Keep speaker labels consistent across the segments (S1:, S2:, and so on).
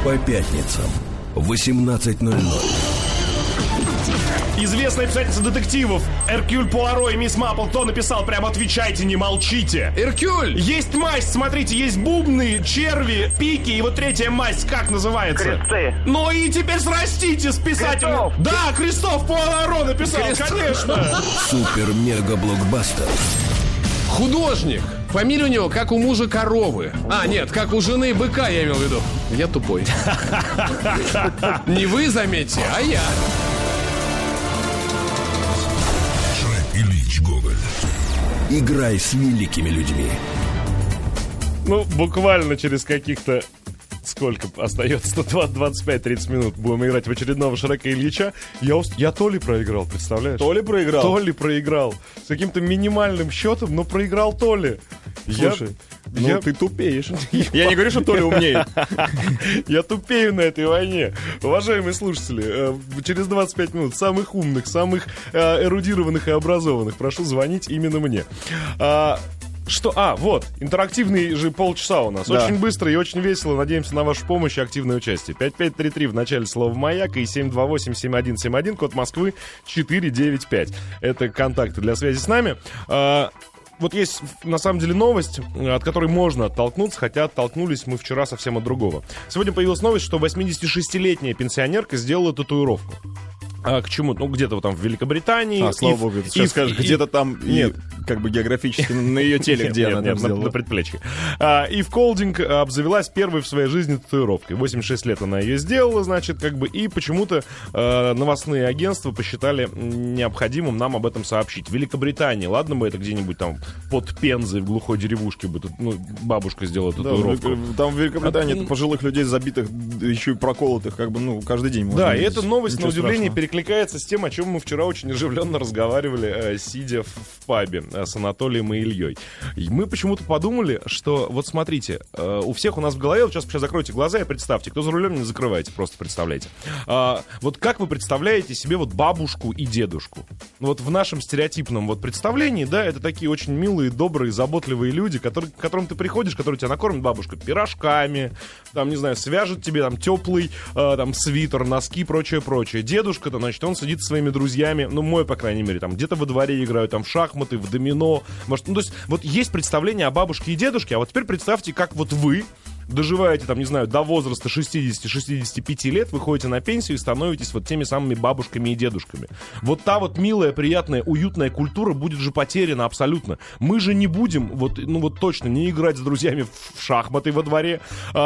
S1: По пятницам в 18:00.
S2: Известная писательница детективов Эркюль Пуаро и мисс Маппл. Кто написал? Прям отвечайте, не молчите.
S3: Эркюль!
S2: Есть масть, смотрите, есть бубны, черви, пики. И вот третья масть, как называется?
S4: Кресты.
S2: Ну и теперь срастите с писателем.
S4: Крестов.
S2: Да, Крестов Пуаро написал,
S3: Крестов.
S2: конечно.
S1: Супер-мега-блокбастер.
S3: Художник. Фамилия у него, как у мужа коровы. А, нет, как у жены быка, я имел в виду. Я тупой. Не вы, заметьте, а я.
S1: Шрек Ильич Гоголь. Играй с великими людьми.
S2: Ну, буквально через каких-то... Сколько остается? 25-30 минут будем играть в очередного Шрека Ильича. Я то ли проиграл, представляешь?
S5: То ли проиграл?
S2: То ли проиграл. С каким-то минимальным счетом, но проиграл то ли.
S5: Слушай, ты тупеешь. Я не говорю, что Толя умнеет.
S2: Я тупею на этой войне. Уважаемые слушатели, через 25 минут самых умных, самых эрудированных и образованных прошу звонить именно мне. Вот, интерактивный же полчаса у нас.
S5: Да.
S2: Очень быстро и очень весело. Надеемся на вашу помощь и активное участие. 5533 в начале слова «Маяк» и 728-7171, код Москвы 495. Это контакты для связи с нами. Вот есть, на самом деле, новость, от которой можно оттолкнуться, хотя оттолкнулись мы вчера совсем от другого. Сегодня появилась новость, что 86-летняя пенсионерка сделала татуировку. К чему? Ну, где-то вот там в Великобритании.
S5: Слава богу, ты сейчас скажешь, где-то там,
S2: нет,
S5: как бы географически на ее теле, где она там сделала.
S2: на предплечье. И в Колдинг обзавелась первой в своей жизни татуировкой. 86 лет она ее сделала, значит, как бы, и почему-то новостные агентства посчитали необходимым нам об этом сообщить. В Великобритании, ладно бы это где-нибудь там под Пензой в глухой деревушке бы бабушка сделала татуировку.
S5: Да, там в Великобритании это пожилых людей забитых, еще и проколотых, как бы, каждый день можно
S2: Да, и
S5: видеть.
S2: эта новость,
S5: Ничего
S2: на удивление,
S5: страшного.
S2: перекликается с тем, о чем мы вчера очень оживленно разговаривали, сидя в пабе с Анатолием и Ильей. И мы почему-то подумали, что, вот смотрите, у всех у нас в голове, вот сейчас закройте глаза и представьте, кто за рулем, не закрывайте, просто представляйте. Вот как вы представляете себе вот бабушку и дедушку? Вот в нашем стереотипном вот представлении, да, это такие очень милые, добрые, заботливые люди, к которым ты приходишь, которые тебя накормят бабушка пирожками, там, не знаю, свяжет тебе там теплый там свитер, носки, прочее. Дедушка-то, значит, он сидит со своими друзьями, мой, по крайней мере, там где-то во дворе играют, там в шахматы, в домино. Может, то есть вот есть представление о бабушке и дедушке, а вот теперь представьте, как вот вы доживаете, там, не знаю, до возраста 60-65 лет, выходите на пенсию и становитесь вот теми самыми бабушками и дедушками. Вот та вот милая, приятная, уютная культура будет же потеряна абсолютно. Мы же не будем, вот точно, не играть с друзьями в шахматы во дворе.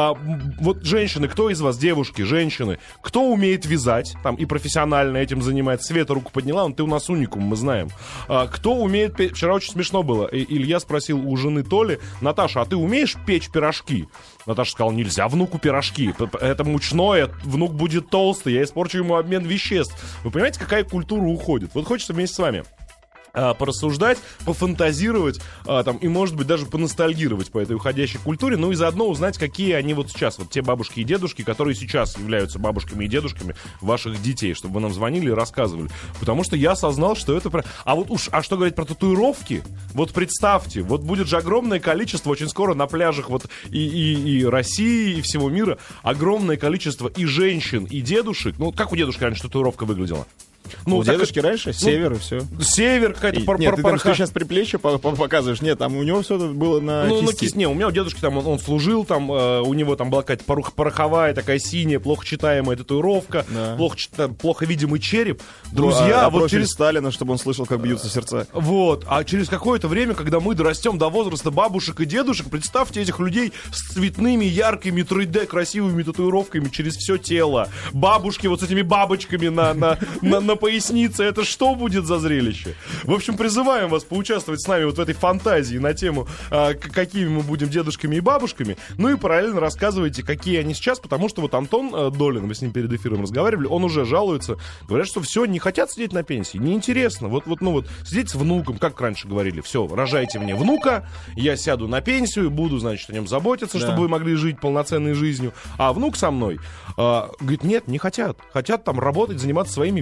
S2: Вот женщины, кто из вас, девушки, женщины, кто умеет вязать, там, и профессионально этим занимается? Света руку подняла, ты у нас уникум, мы знаем. Кто умеет печь? Вчера очень смешно было. Илья спросил у жены Толи: Наташа, а ты умеешь печь пирожки? Наташа сказала: нельзя внуку пирожки, это мучное, внук будет толстый, я испорчу ему обмен веществ. Вы понимаете, какая культура уходит? Вот хочется вместе с вами порассуждать, пофантазировать, там, и, может быть, даже поностальгировать по этой уходящей культуре, и заодно узнать, какие они вот сейчас, вот те бабушки и дедушки, которые сейчас являются бабушками и дедушками ваших детей, чтобы вы нам звонили и рассказывали. Потому что я осознал, что это... А что говорить про татуировки? Вот представьте, вот будет же огромное количество очень скоро на пляжах вот и России, и всего мира, огромное количество и женщин, и дедушек. Как у дедушки раньше татуировка выглядела?
S5: У дедушки раньше север и все.
S2: Север какая-то
S5: Нет, ты сейчас приплечье показываешь. Нет, там у него все было на кисти.
S2: Не, у меня у дедушки там он служил, там у него там была какая-то пороховая, такая синяя, плохо читаемая татуировка, да. плохо видимый череп. Друзья,
S5: вот через Сталина, чтобы он слышал, как бьются сердца.
S2: Вот, а через какое-то время, когда мы дорастем до возраста бабушек и дедушек, представьте этих людей с цветными, яркими 3D красивыми татуировками через все тело. Бабушки вот с этими бабочками на пояснице. Это что будет за зрелище? В общем, призываем вас поучаствовать с нами вот в этой фантазии на тему, какими мы будем дедушками и бабушками. И параллельно рассказывайте, какие они сейчас, потому что вот Антон Долин, мы с ним перед эфиром разговаривали, он уже жалуется, говорят, что все, не хотят сидеть на пенсии, неинтересно. Вот сидеть с внуком, как раньше говорили, все, рожайте мне внука, я сяду на пенсию, буду, значит, о нем заботиться, чтобы вы могли жить полноценной жизнью, а внук со мной, говорит, нет, не хотят. Хотят там работать, заниматься своими вещами,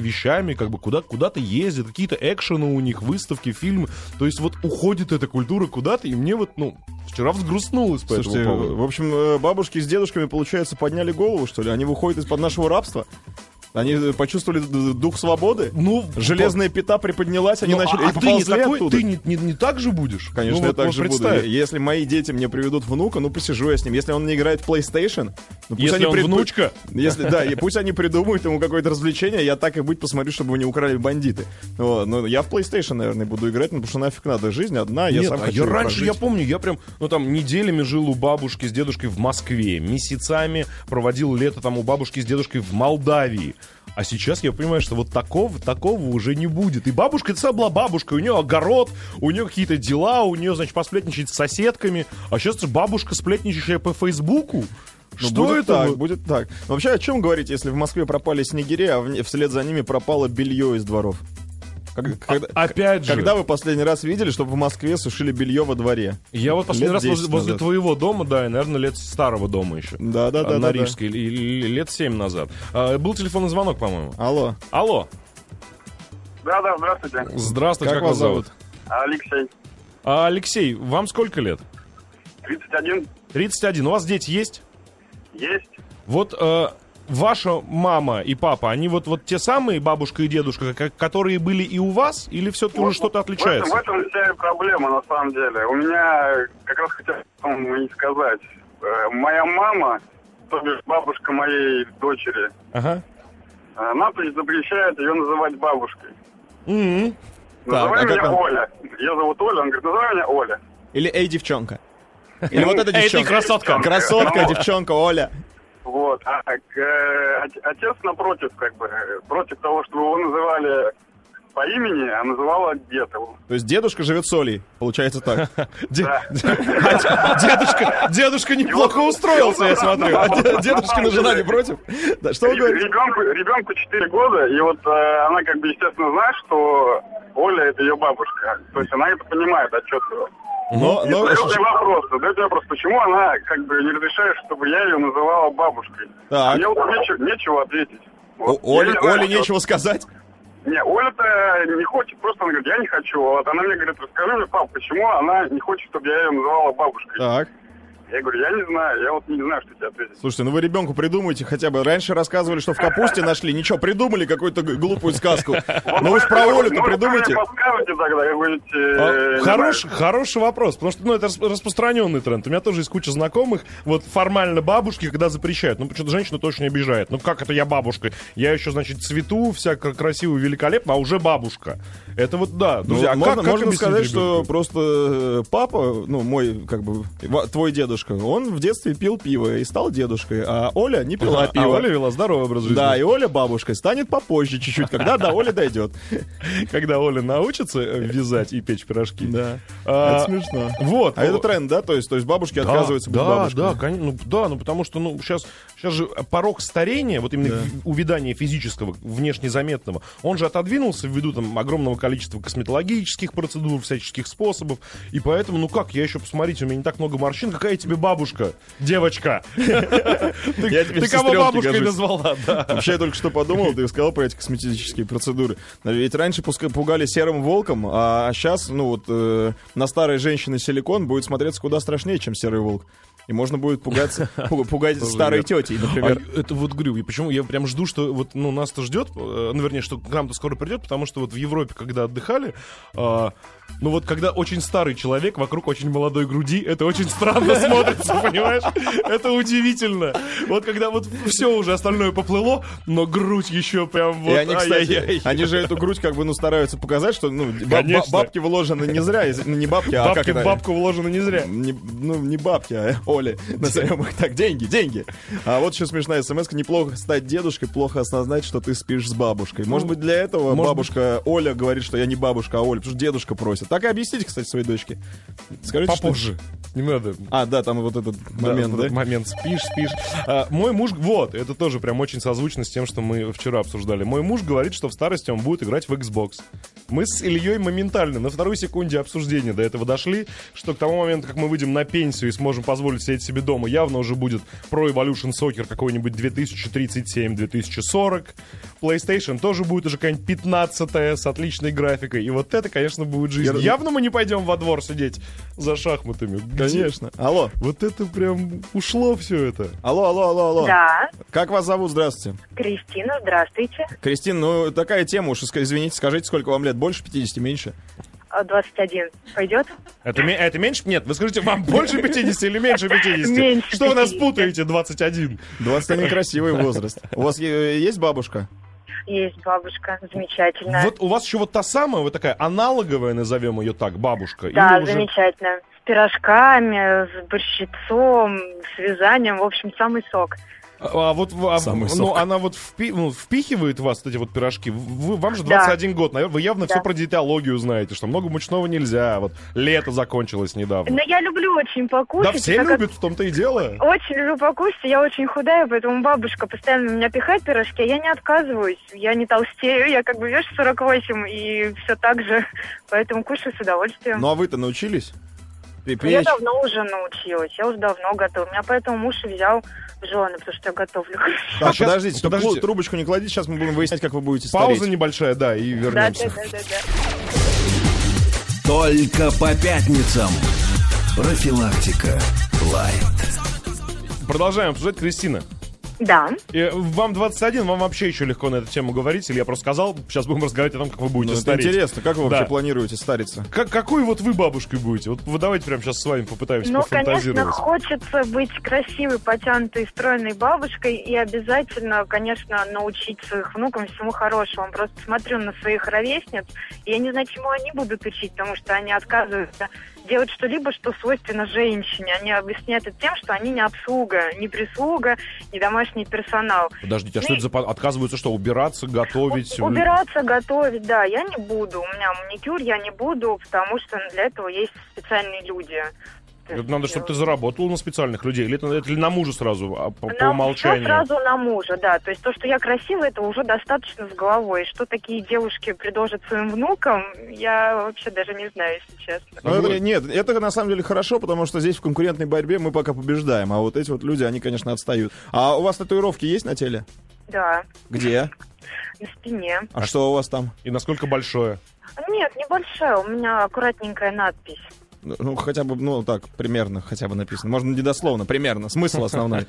S2: друзьями, как бы куда-то ездят, какие-то экшены у них, выставки, фильмы. То есть вот уходит эта культура куда-то, и мне вот, вчера взгрустнулось по этому поводу.
S5: В общем, бабушки с дедушками, получается, подняли голову, что ли? Они выходят из-под нашего рабства? Они почувствовали дух свободы? Железная пята приподнялась, они начали поползли оттуда.
S2: Ты не так же будешь?
S5: Конечно, я так же буду. Если мои дети мне приведут внука, посижу я с ним. Если он не играет в PlayStation...
S2: Если он внучка?
S5: Пусть они придумают ему какое-то развлечение, я так и быть посмотрю, чтобы его не украли бандиты. Но я в PlayStation, наверное, буду играть, потому что нафиг надо. Жизнь одна, я сам хочу
S2: раньше, я помню, я прям, неделями жил у бабушки с дедушкой в Москве, месяцами проводил лето там у бабушки с дедушкой в Молдавии. А сейчас я понимаю, что вот такого уже не будет. И бабушка, это была бабушка, у нее огород, у нее какие-то дела, у нее, посплетничать с соседками. А сейчас бабушка, сплетничающая по Фейсбуку. Что
S5: будет
S2: это?
S5: Так, будет так. Но вообще, о чем говорить, если в Москве пропали снегири, а вслед за ними пропало белье из дворов?
S2: Опять же.
S5: Когда вы последний раз видели, чтобы в Москве сушили белье во дворе?
S2: Я вот последний раз возле твоего дома, и, наверное, лет старого дома еще.
S5: Да.
S2: На Рижской, лет 7 назад. Был телефонный звонок, по-моему. Алло.
S4: Да, здравствуйте.
S2: Здравствуйте, как вас зовут?
S4: Алексей.
S2: Алексей, вам сколько лет?
S4: 31.
S2: 31. У вас дети есть?
S4: Есть.
S2: Вот ваша мама и папа, они вот те самые, бабушка и дедушка, которые были и у вас, или все-таки уже что-то отличается?
S4: В этом вся проблема, на самом деле. У меня, как раз хотел и сказать, моя мама, то бишь бабушка моей дочери, напрочь запрещает ее называть бабушкой. Называй меня Оля. Я зовут Оля, он говорит, называй меня Оля.
S5: Или «Эй, девчонка». Или вот эта девчонка.
S2: Эй, ты красотка.
S5: Красотка, девчонка, Оля.
S4: Вот. Отец напротив, против того, чтобы его называли по имени, а называла дед его.
S5: То есть дедушка живет с Олей, получается так.
S2: Дедушка неплохо устроился, я смотрю. А дедушкина жена не против?
S5: Что вы говорите?
S4: Ребенку 4 года, и вот она естественно знает, что Оля — это ее бабушка. То есть она это понимает отчетливо. Задает мне вопрос, почему она не разрешает, чтобы я ее называла бабушкой.
S5: Так.
S4: Мне вот нечего ответить.
S5: Оле нечего сказать?
S4: Не, Оля-то не хочет, просто она говорит, я не хочу. Вот она мне говорит, расскажи мне, пап, почему она не хочет, чтобы я ее называла бабушкой.
S5: Так.
S4: Я говорю, я не знаю, не знаю, что тебе ответить.
S5: Слушайте, вы ребенку придумайте хотя бы. Раньше рассказывали, что в капусте нашли. Ничего, придумали какую-то глупую сказку. Но уж про Олю-то придумайте.
S2: Хороший вопрос, потому что это распространенный тренд. У меня тоже есть куча знакомых, вот формально бабушки, когда запрещают. Почему-то женщину точно не обижает. Как это я бабушка? Я еще, цвету, вся красивая, великолепна, а уже бабушка. Это вот, да. Друзья,
S5: можно сказать, что просто папа, мой, твой дедушка, он в детстве пил пиво и стал дедушкой, а Оля не пила пиво.
S2: А Оля вела здоровый образ жизни.
S5: Да, и Оля бабушкой станет попозже чуть-чуть, когда до Оли дойдет.
S2: Когда Оля научится вязать и печь пирожки.
S5: Да, это смешно. Вот. А это тренд, да? То есть бабушки отказываются быть бабушкой.
S2: Да, конечно. Потому что, сейчас же порог старения, вот именно увядания физического, внешне заметного, он же отодвинулся ввиду огромного количества косметологических процедур, всяческих способов. И поэтому, я еще, посмотрите, у меня не так много морщин, какая тебе бабушка, девочка. Ты кого бабушкой назвала?
S5: Вообще, я только что подумал, ты сказал про эти косметические процедуры. Ведь раньше пугали серым волком, а сейчас, на старой женщине силикон будет смотреться куда страшнее, чем серый волк. И можно будет пугать старой тетей, например.
S2: Это говорю, и почему я прям жду, что нас-то ждет, вернее, что к нам-то скоро придет, потому что в Европе, когда отдыхали, когда очень старый человек вокруг очень молодой груди, это очень странно смотрится, понимаешь? Это удивительно. Когда все уже остальное поплыло, но грудь еще прям
S5: И они, кстати, они же эту грудь стараются показать, что бабки вложены не зря, не бабки, а как это?
S2: Бабку вложено не зря.
S5: Не бабки, а Оли, назовем их так, деньги. А вот еще смешная смс-ка: неплохо стать дедушкой, плохо осознать, что ты спишь с бабушкой. Может быть, для этого бабушка Оля говорит, что я не бабушка, а Оля, потому что дедушка просит. Так и объясните, кстати, своей дочке. Скажите,
S2: попозже. Не надо.
S5: Да, там вот этот момент, да?
S2: Момент, спишь. Мой муж, это тоже прям очень созвучно с тем, что мы вчера обсуждали. Мой муж говорит, что в старости он будет играть в Xbox. Мы с Ильей моментально на второй секунде обсуждения до этого дошли, что к тому моменту, как мы выйдем на пенсию и сможем позволить сидеть себе дома. Явно уже будет Pro Evolution Soccer какой-нибудь 2037-2040. PlayStation тоже будет уже какая-нибудь 15-я с отличной графикой. И вот это, конечно, будет жизнь. Явно мы не пойдем во двор сидеть за шахматами.
S5: Конечно. Алло.
S2: Вот это прям ушло все это.
S5: Алло.
S6: Да.
S5: Как вас зовут? Здравствуйте.
S6: Кристина, здравствуйте.
S5: Кристина, ну такая тема уж, извините, скажите, сколько вам лет? Больше 50, меньше?
S6: 21. Пойдет?
S2: Это меньше? Нет, вы скажите, вам больше 50 или меньше 50?
S6: Меньше
S2: Что вы нас
S6: 50.
S2: путаете, 21?
S5: 21 красивый возраст. У вас есть бабушка?
S6: Есть бабушка, замечательная.
S2: Вот у вас еще вот та самая, вот такая аналоговая, назовем ее так, бабушка.
S6: Да,
S2: или уже...
S6: замечательно. С пирожками, с борщицом, с вязанием, в общем, самый сок.
S5: Самый сок.
S2: Она вот впихивает вас, вот эти вот пирожки. Вам же 21 год, наверное, вы явно все про диетологию знаете, что много мучного нельзя, вот лето закончилось недавно.
S6: Но я люблю очень покушать.
S2: Да все любят, в том-то и дело.
S6: Очень люблю покушать, я очень худая, поэтому бабушка постоянно меня пихает пирожки, а я не отказываюсь, я не толстею, я как бы вешу 48 и все так же, поэтому кушаю с удовольствием.
S5: Ну а вы-то научились?
S6: Я давно уже научилась, я уже давно готова, меня поэтому муж и взял в жены, потому что я готовлю.
S5: Так, подождите, трубочку не кладите, сейчас мы будем выяснять, как вы будете стареть.
S2: Пауза небольшая, да, и вернемся.
S6: Да.
S1: Только по пятницам. Профилактика Лайт.
S2: Продолжаем обсуждать, Кристина.
S6: Да.
S2: И вам 21, вам вообще еще легко на эту тему говорить? Или я просто сказал, сейчас будем разговаривать о том, как вы будете стареть?
S5: Это интересно, как вы вообще планируете стариться?
S2: Какой вот вы бабушкой будете? Вот вы давайте прямо сейчас с вами попытаемся
S6: конечно,
S2: пофантазировать.
S6: хочется быть красивой, потянутой, стройной бабушкой и обязательно, конечно, научить своих внуков всему хорошему. Просто смотрю на своих ровесниц, и я не знаю, чему они будут учить, потому что они отказываются делать что-либо, что свойственно женщине. Они объясняют это тем, что они не обслуга, не прислуга, не домашний персонал.
S2: Подождите, а что это за... Отказываются что, убираться, готовить?
S6: Убираться, готовить, да, я не буду. У меня маникюр я не буду, потому что для этого есть специальные люди.
S2: Это надо, чтобы ты заработал на специальных людей, или это на мужа сразу, по
S6: на,
S2: умолчанию?
S6: Все сразу на мужа, да. То есть то, что я красивая, это уже достаточно с головой. Что такие девушки предложат своим внукам, я вообще даже не знаю, если честно.
S5: Нет, это на самом деле хорошо, потому что здесь в конкурентной борьбе мы пока побеждаем, а вот эти вот люди, они, конечно, отстают. А у вас татуировки есть на теле?
S6: Да.
S5: Где?
S6: На спине.
S5: А что у вас там?
S2: И насколько большое?
S6: Нет, небольшая, у меня аккуратненькая надпись.
S5: Ну, хотя бы, ну, так, примерно хотя бы написано. Можно не дословно, примерно. Смысл основной.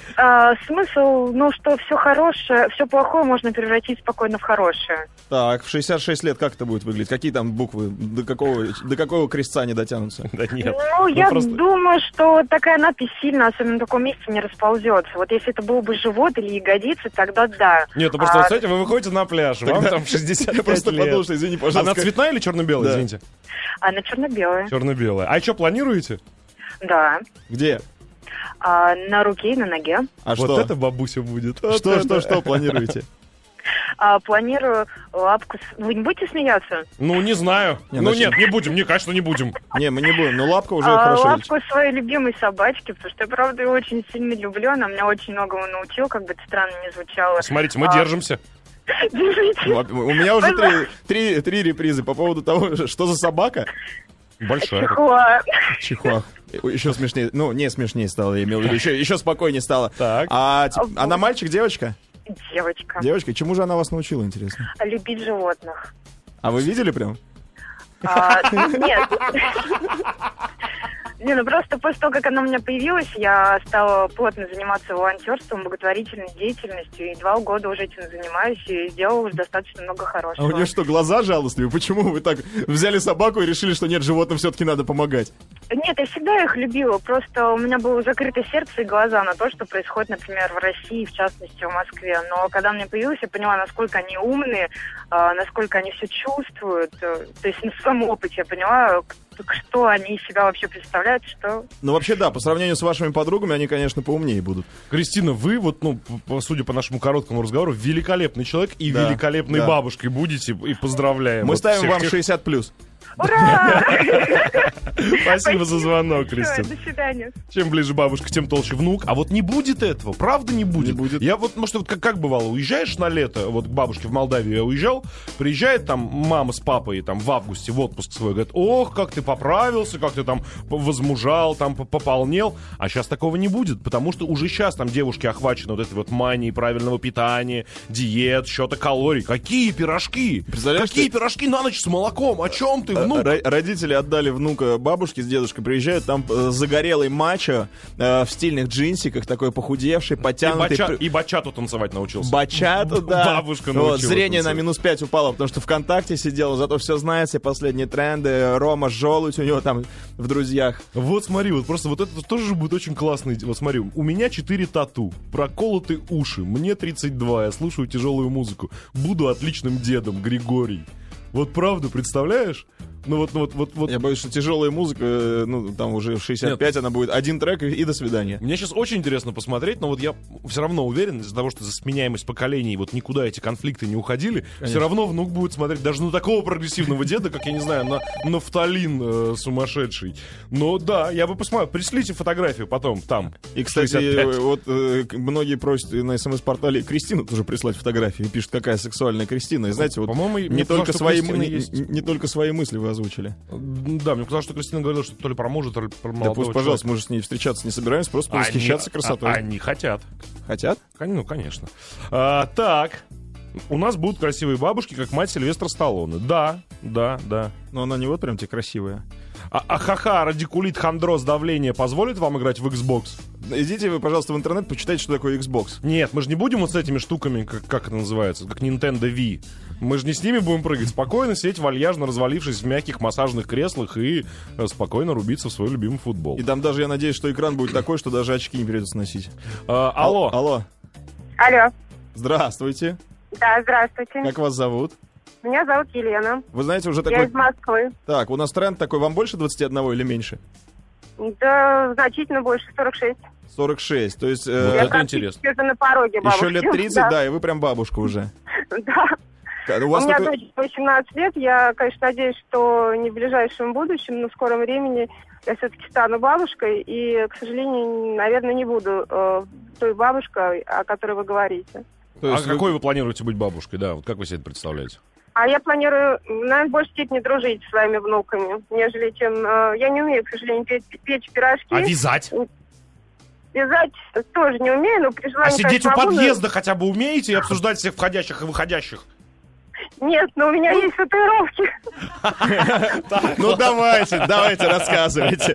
S6: Смысл, ну, что все хорошее, все плохое можно превратить спокойно в хорошее.
S5: Так, в 66 лет как это будет выглядеть? Какие там буквы? До какого крестца не дотянутся?
S2: Да нет.
S6: Ну, я думаю, что такая надпись сильно, особенно в таком месте, не расползется. Вот если это был бы живот или ягодицы, тогда да.
S2: Нет, ну просто, вот, смотрите, вы выходите на пляж, вам там 65 лет.
S5: Просто подумал, что, извини, пожалуйста.
S2: Она цветная или черно-белая, извините?
S6: Она черно-белая.
S2: Черно-белая. А что, планируете?
S6: Да.
S5: Где?
S6: На руке и на ноге.
S5: А
S2: вот
S5: что?
S2: это бабуся будет.
S5: Что планируете?
S6: Планирую лапку... Вы не будете смеяться?
S2: Ну, не знаю. Нет, не будем. Конечно, не будем.
S5: Не, мы не будем. Но лапка уже хорошо.
S6: Лапку своей любимой собачки, потому что я, правда, ее очень сильно люблю. Она меня очень многому научила, как бы это странно ни звучало.
S2: Смотрите, мы держимся.
S6: Держите.
S5: У меня уже три репризы по поводу того, что за собака.
S2: Большая.
S5: Чихуа. Еще смешнее. Ну, не смешнее стало, я имел в виду. Еще спокойнее стало.
S2: Так.
S5: Она мальчик, девочка?
S6: Девочка.
S5: Девочка. Чему же она вас научила, интересно?
S6: Любить животных.
S5: А вы видели прям?
S6: Нет. Не, ну просто после того, как она у меня появилась, я стала плотно заниматься волонтерством, благотворительной деятельностью, и 2 года уже этим занимаюсь, и сделала уже достаточно много хорошего.
S5: А у нее что, глаза жалостливые? Почему вы так взяли собаку и решили, что нет, животным все-таки надо помогать?
S6: Нет, я всегда их любила, просто у меня было закрыто сердце и глаза на то, что происходит, например, в России, в частности, в Москве. Но когда у меня появилась, я поняла, насколько они умные, насколько они все чувствуют. То есть на своем опыте я поняла, что они из себя вообще представляют, что...
S5: Ну, вообще, да, по сравнению с вашими подругами, они, конечно, поумнее будут.
S2: Кристина, вы вот, судя по нашему короткому разговору, великолепный человек и великолепной бабушкой будете, и поздравляем.
S5: Мы ставим вам 60+.
S6: Ура!
S2: Спасибо за звонок, Кристина.
S6: До свидания.
S2: Чем ближе бабушка, тем толще внук. А вот не будет этого, правда не будет.
S5: Не будет.
S2: Я вот, может, вот как бывало, уезжаешь на лето, вот к бабушке в Молдавию я уезжал, приезжает там мама с папой там в августе в отпуск свой, говорит, ох, как ты поправился, как ты там возмужал, там пополнел. А сейчас такого не будет, потому что уже сейчас там девушки охвачены вот этой вот манией правильного питания, диет, счета калорий. Какие пирожки? Какие пирожки на ночь с молоком? О чем ты, внук?
S5: Родители отдали внука бабушке с дедушкой, приезжают, там загорелый мачо в стильных джинсиках, такой похудевший, потянутый.
S2: И бачату танцевать научился.
S5: Бачату, да.
S2: Бабушка научилась.
S5: Зрение на -5 упало, потому что ВКонтакте сидел, зато все знает, все последние тренды. Рома Желудь у него там в друзьях.
S2: Вот смотри, вот просто вот это тоже будет очень классный. Вот смотри, у меня 4 тату, проколоты уши, мне 32, я слушаю тяжелую музыку. Буду отличным дедом, Григорий. Вот правда, представляешь? Ну вот.
S5: Я боюсь, что тяжелая музыка, ну, там уже в 65 Нет. Она будет один трек и до свидания.
S2: Мне сейчас очень интересно посмотреть, но вот я все равно уверен, из-за того, что за сменяемость поколений вот никуда эти конфликты не уходили, Конечно. Все равно внук будет смотреть даже на такого прогрессивного деда, как, я не знаю, на нафталин сумасшедший. Но да, я бы посмотрел. Пришлите фотографию потом, там.
S5: И, кстати, 65. Вот многие просят на СМС-портале Кристину тоже прислать фотографии. Пишут, какая сексуальная Кристина. И знаете, вот
S2: по-моему,
S5: не только свои мысли вы озвучили.
S2: Да, мне казалось, что Кристина говорила, что то ли про мужа, то ли про молодого.
S5: Да пусть, пожалуйста, мы же с ней встречаться не собираемся, просто восхищаться красотой.
S2: Они хотят.
S5: Хотят?
S2: Ну, конечно. Так, у нас будут красивые бабушки, как мать Сильвестра Сталлоне. Да.
S5: Но она не вот прям те красивая.
S2: Ха-ха, радикулит, хондроз, давление позволит вам играть в Xbox?
S5: Идите вы, пожалуйста, в интернет, почитайте, что такое Xbox.
S2: Нет, мы же не будем вот с этими штуками, как это называется, как Nintendo Wii. Мы же не с ними будем прыгать. Спокойно сидеть вальяжно, развалившись в мягких массажных креслах и спокойно рубиться в свой любимый футбол.
S5: И там даже, я надеюсь, что экран будет такой, что даже очки не придется носить.
S2: Алло.
S6: Алло.
S5: Здравствуйте.
S6: Да, здравствуйте.
S5: Как вас зовут?
S6: Меня зовут Елена.
S5: Вы знаете, уже такой...
S6: Я из Москвы.
S5: Так, у нас тренд такой, вам больше 21 или меньше?
S6: Да, значительно больше, 46.
S5: 46, то есть...
S2: это интересно.
S6: Я на пороге бабушки.
S5: Еще лет 30, да, и вы прям бабушка уже.
S6: Да. У меня дочь 18 лет, я, конечно, надеюсь, что не в ближайшем будущем, но в скором времени я все-таки стану бабушкой, и, к сожалению, наверное, не буду той бабушкой, о которой вы говорите.
S2: Какой вы планируете быть бабушкой, да? Вот как вы себе это представляете?
S6: А я планирую, наверное, в большей степени дружить с своими внуками, нежели чем... Я не умею, к сожалению, печь пирожки.
S2: А вязать?
S6: Вязать тоже не умею, но при желании...
S2: А сидеть у подъезда хотя бы умеете и обсуждать всех входящих и выходящих?
S6: Нет, но у меня есть татуировки.
S5: Ну давайте, рассказывайте.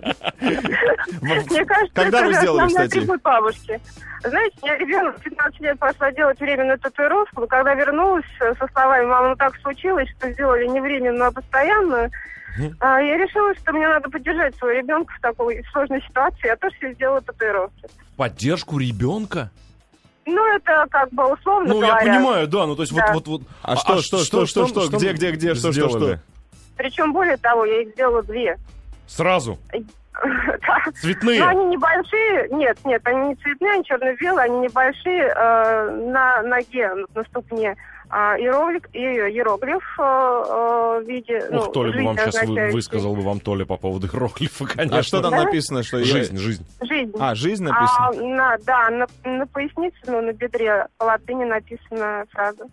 S6: Мне кажется,
S5: когда вы сделали, кстати?
S6: Атрибут бабушки. Знаете, я ребенок 15 лет пошла делать временную татуировку, но когда вернулась со словами «мама, ну так случилось, что сделали не временную, а постоянную», я решила, что мне надо поддержать своего ребенка в такой сложной ситуации. Я тоже себе сделала татуировки.
S2: Поддержку ребенка?
S6: Ну, это как бы условно
S2: Ну,
S6: говоря.
S2: я понимаю, да, ну, то есть
S6: да.
S2: вот...
S5: А что? Где, что?
S6: Причем, более того, я их сделала 2.
S2: Сразу?
S6: Да.
S2: Цветные?
S6: Ну, они небольшие. Нет, они не цветные, они черно-белые, они небольшие на ноге, на ступне. Иероглиф в виде...
S2: Ух, Толя бы вам сейчас высказал бы вам Толя по поводу иероглифа, конечно.
S5: А что там написано? Что
S2: жизнь.
S6: Жизнь.
S5: Жизнь написано?
S6: Да, на пояснице, на бедре по латыни написана фраза.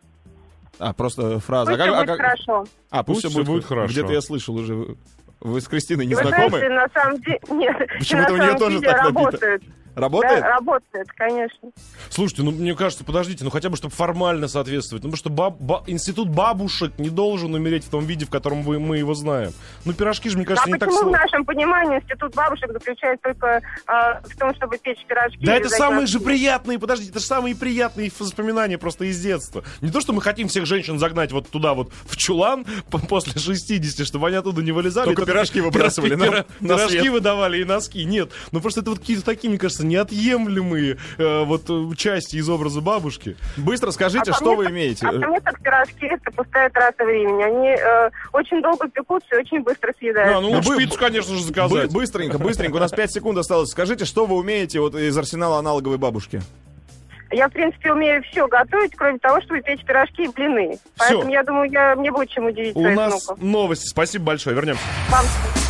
S5: Просто фраза.
S6: Пусть все будет хорошо.
S5: Пусть все будет хорошо. Где-то я слышал уже. Вы с Кристиной не знакомы?
S6: Знаете, на самом деле... Нет,
S5: почему-то у нее тоже так
S6: работает.
S5: Работает?
S6: Да, работает, конечно.
S2: Слушайте, ну, мне кажется, подождите, ну, хотя бы, чтобы формально соответствовать. Ну, потому что институт бабушек не должен умереть в том виде, в котором мы его знаем. Ну, пирожки же, мне кажется, не так сложно.
S6: Почему в нашем понимании институт бабушек заключается только в том, чтобы печь пирожки?
S2: Да это самые же приятные, подождите, это же самые приятные воспоминания просто из детства. Не то, что мы хотим всех женщин загнать вот туда вот в чулан после 60, чтобы они оттуда не вылезали.
S5: Только пирожки выбрасывали на
S2: пирожки выдавали и носки. Нет, ну просто это вот какие-то такие, мне кажется, неотъемлемые части из образа бабушки.
S5: Быстро скажите, что вы имеете?
S6: А мне так пирожки — это пустая трата времени. Они очень долго пекутся и очень быстро съедаются.
S2: Ну, шпицу, конечно же, заказать.
S5: Быстренько, у нас 5 секунд осталось. Скажите, что вы умеете вот из арсенала аналоговой бабушки?
S6: Я, в принципе, умею все готовить, кроме того, чтобы печь пирожки и блины. Поэтому, я думаю, мне будет чем удивить
S2: У
S6: своих
S2: нас
S6: внуков.
S2: новости. Спасибо большое. Вернемся.
S6: Вам.